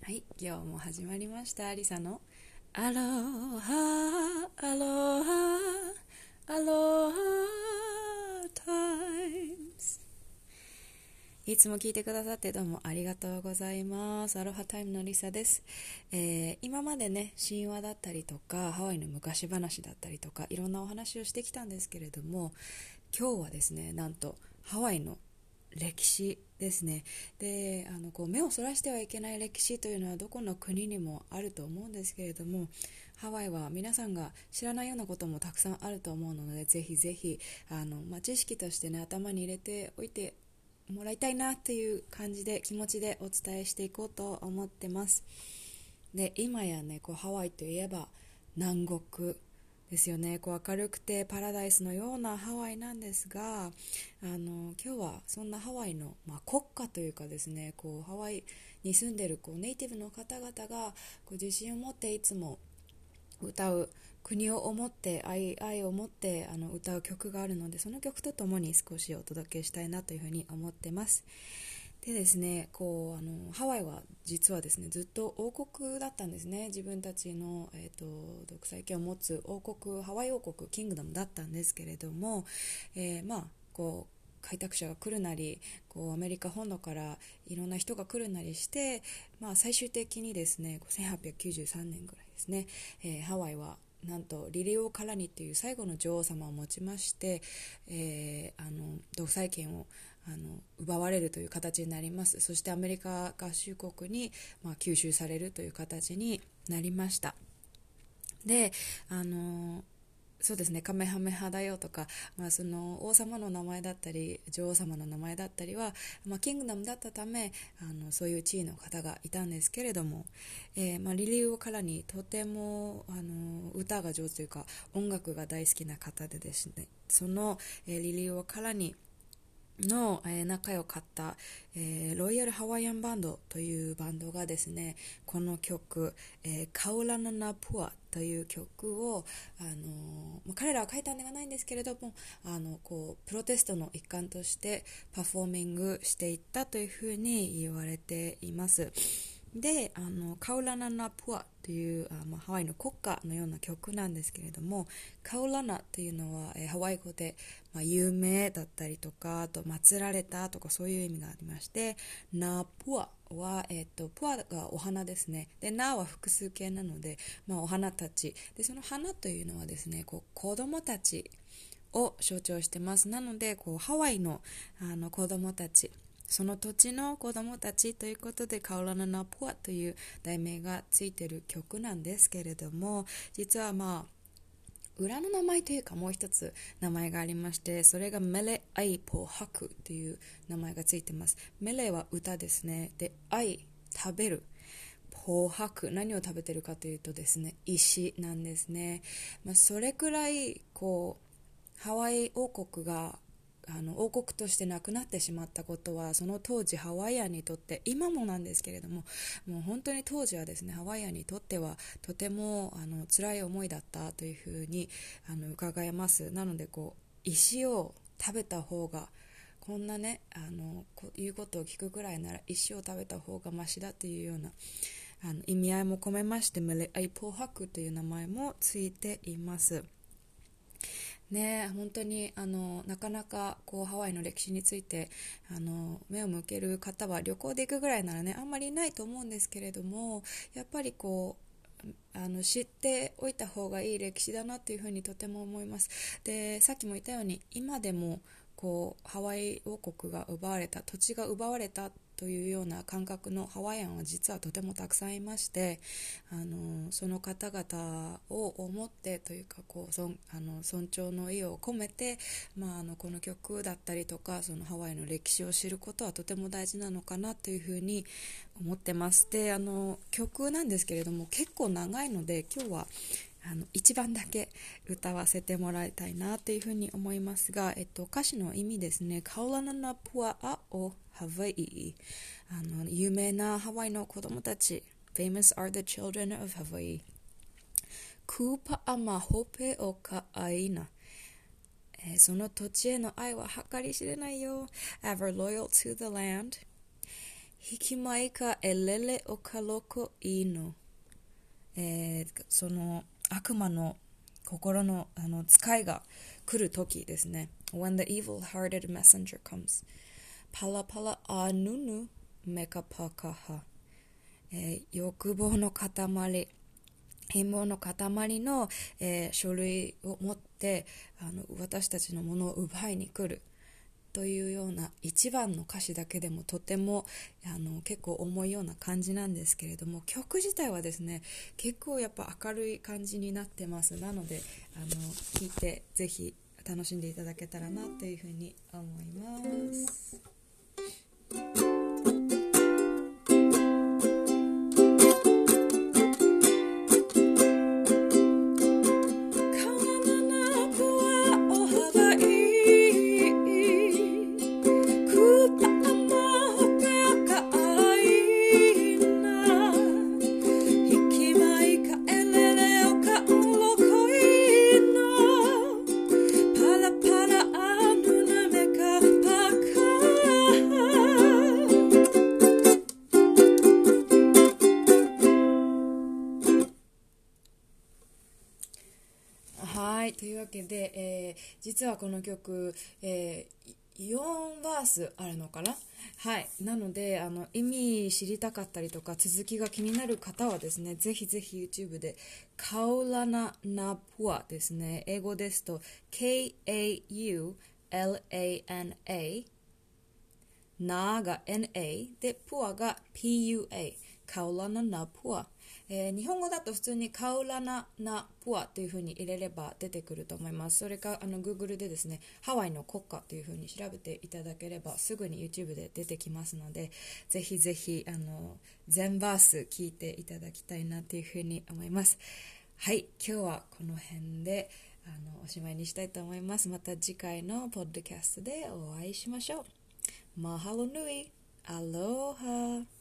はい、今日も始まりました。リサのアロハアロハアロハタイムズ。いつも聞いてくださってどうもありがとうございます。アロハタイムのリサです。今までね、神話だったりとかハワイの昔話だったりとかいろんなお話をしてきたんですけれども、今日はですね、なんとハワイの歴史ですね。で、こう目をそらしてはいけない歴史というのはどこの国にもあると思うんですけれども、ハワイは皆さんが知らないようなこともたくさんあると思うので、ぜひぜひ知識としてね、頭に入れておいてもらいたいなっていう感じで、気持ちでお伝えしていこうと思ってます。で、今やね、こうハワイといえば南国ですよね。こう明るくてパラダイスのようなハワイなんですが、今日はそんなハワイの、国家というかですね、こうハワイに住んでいるこうネイティブの方々がこう自信を持っていつも歌う、国を思って愛を持って歌う曲があるので、その曲とともに少しお届けしたいなというふうに思ってます。でですね、ハワイは実はですね、ずっと王国だったんですね。自分たちの、独裁権を持つ王国、ハワイ王国キングダムだったんですけれども、こう開拓者が来るなり、こうアメリカ本土からいろんな人が来るなりして、最終的にですね、1893年ぐらいですね、ハワイはなんとリリオ・カラニっていう最後の女王様を持ちまして、独裁権を奪われるという形になります。そしてアメリカ合衆国に、吸収されるという形になりました。で、そうですね、カメハメハだよとか、その王様の名前だったり女王様の名前だったりは、キングダムだったためそういう地位の方がいたんですけれども、リリー・オカラにとても歌が上手というか音楽が大好きな方でですね、その、リリー・オカラにの、仲良かった、ロイヤルハワイアンバンドというバンドがですね、この曲、カウラナナプアという曲を、彼らは書いたんではないんですけれども、こうプロテストの一環としてパフォーミングしていったというふうに言われています。で、カウラナナプアというハワイの国歌のような曲なんですけれども、カウラナというのは、ハワイ語で、有名だったりとか、あと祀られたとかそういう意味がありまして、ナプアは、プアがお花ですね。で、ナは複数形なので、お花たちで、その花というのはですね、こう子供たちを象徴してます。なのでこうハワイの、子供たち、その土地の子供たちということでカウラナナプアという題名がついている曲なんですけれども、実は裏の名前というかもう一つ名前がありまして、それがメレアイポハクという名前がついています。メレは歌ですね。で、アイ、食べる。ポハク、何を食べてるかというとですね、石なんですね。それくらいこうハワイ王国が王国としてなくなってしまったことは、その当時ハワイアンにとって、今もなんですけれども、もう本当に当時はですね、ハワイアンにとってはとても辛い思いだったというふうに伺えます。なのでこう石を食べた方が、こんなね言うことを聞くくらいなら石を食べた方がマシだというような意味合いも込めまして、メレアイポーハクという名前もついていますね。本当になかなかこうハワイの歴史について目を向ける方は、旅行で行くぐらいならね、あんまりいないと思うんですけれども、やっぱりこう知っておいた方がいい歴史だなというふうにとても思います。で、さっきも言ったように、今でもこうハワイ王国が奪われた、土地が奪われたというような感覚のハワイアンは実はとてもたくさんいまして、その方々を思ってというか、こう尊重の意を込めて、この曲だったりとか、そのハワイの歴史を知ることはとても大事なのかなというふうに思ってます。で、曲なんですけれども結構長いので、今日は一番だけ歌わせてもらいたいなというふうに思いますが、歌詞の意味ですね。カウラナナプアアオハワイ、有名なハワイの子供たち、 Famous are the children of Hawaii。 クーパアマホペオカアイナ、その土地への愛は計り知れないよ。 Ever loyal to the land。 Hikimaika elele okaloko ino、その悪魔の心の、使いが来る時ですね。When the evil-hearted messenger comes. パラパラアヌヌメカパカハ、欲望の塊、変貌の塊の、書類を持って私たちのものを奪いに来るというような一番の歌詞だけでもとても結構重いような感じなんですけれども、曲自体はですね結構やっぱ明るい感じになってます。なので聴いてぜひ楽しんでいただけたらなというふうに思います。はい、というわけで、実はこの曲、4バースあるのかな。はい、なので意味知りたかったりとか続きが気になる方はですね、ぜひぜひ YouTube でカウラナナプアですね、英語ですと KAULANA、 ナが NA でプアが PUA、 カウラナナプア、日本語だと普通にカウラナナプアという風に入れれば出てくると思います。それかGoogle でですね、ハワイの国歌という風に調べていただければすぐに YouTube で出てきますので、ぜひぜひ全バース聞いていただきたいなという風に思います。はい、今日はこの辺でおしまいにしたいと思います。また次回のポッドキャストでお会いしましょう。マハロヌイ、アロハ。